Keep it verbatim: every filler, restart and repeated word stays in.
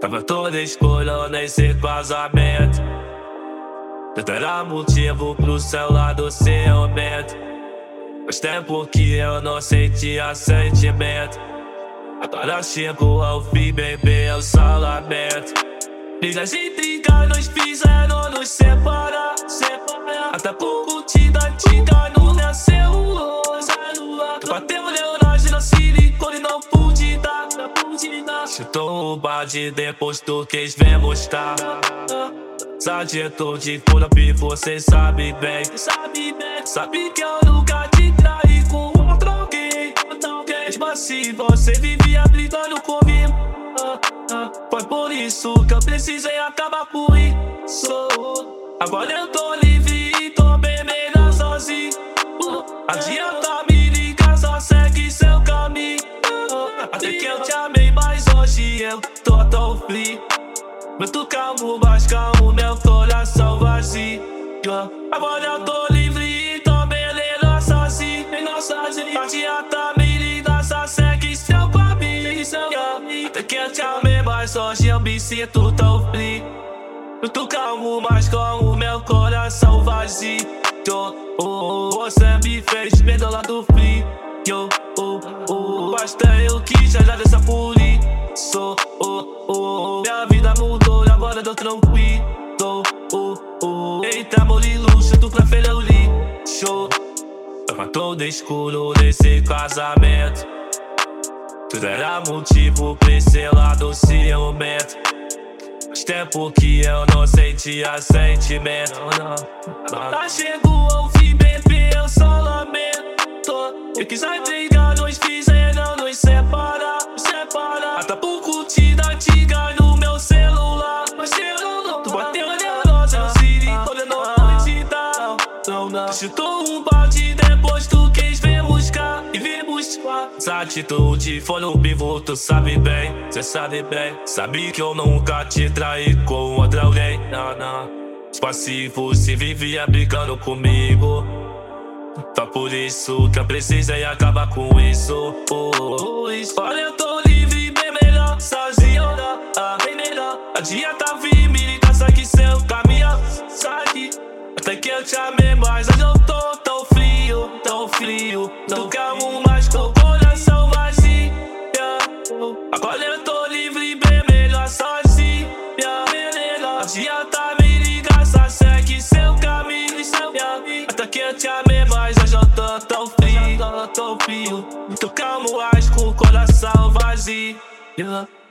Tava toda escura nesse casamento. Tudo era motivo pro celular do ciumento. Faz tempo que eu não sentia sentimento. Agora chegou ao fim, bebê, eu só lamento. Brigas e intrigas nos fizeram nos separar, separar. Até por curtida antiga no meu celular. Bateu neurose no silicone, não pude dar, não pude dar. Chutou o bade depois tu quis ver mostrar. Essa atitude pura e você sabe bem, sabe bem. Sabe que eu nunca te traí com outro alguém, outro alguém. Mesmo assim você vivia brigando comigo. Foi por isso que eu precisei acabar com isso. Agora eu tô livre e tô bem melhor sozinho. Adianta me ligar, só segue seu caminho. Até que eu te amei, mas hoje eu tô tão frio. Muito calmo, mas calmo, meu coração vazio. Agora eu tô livre e tô bem melhor sozinho. Adianta me ligar, só segue seu caminho. Até que eu te amei, mas hoje eu me sinto tão frio. Muito calmo, mas calmo, meu coração vazio. Oh, oh, você me fez medo lá do frio. Yo, oh, oh, basta eu que já já dessa por isso. Oh, oh, minha vida mudou, agora eu tô tranquilo. Oh, oh, eita, amor e luxo, tu prefere o lixo. Tava todo escuro nesse casamento. Tudo era motivo pra esse lado ciumento. Faz tempo que eu não sentia sentimento. Agora chegou ao fim, bebê, eu só lamento. Eu quis intrigar, nos fizeram nos separar, separar. Até por curtida antiga no meu celular. Mas celular, tu bateu neurose no silicone, eu não pude dar. Não, não. Tu chutou um balde, depois tu quis vir buscar e vir buscar. Essa atitude foi no pivô, tu sabe bem, cê sabe bem. Sabe que eu nunca te traí com outro alguém. Não, não. Passivo, se vivia brigando comigo. Tá por isso que eu precisei acabar com isso. Oh, oh, isso. Olha, eu tô livre, bem melhor sozinho, ah, bem melhor. Adianta vir me ligar, segue seu caminho, segue. Até que eu te amei, mas hoje eu tô tão frio, tão frio. Tô calmo, mas com o coração vazio. Agora eu tô livre, bem melhor sozinho, adianta me ligar, só segue seu caminho, seu caminho. Até que eu te amei, mas hoje eu tô tão frio, tão frio. Tô calmo, mas com o coração vazio.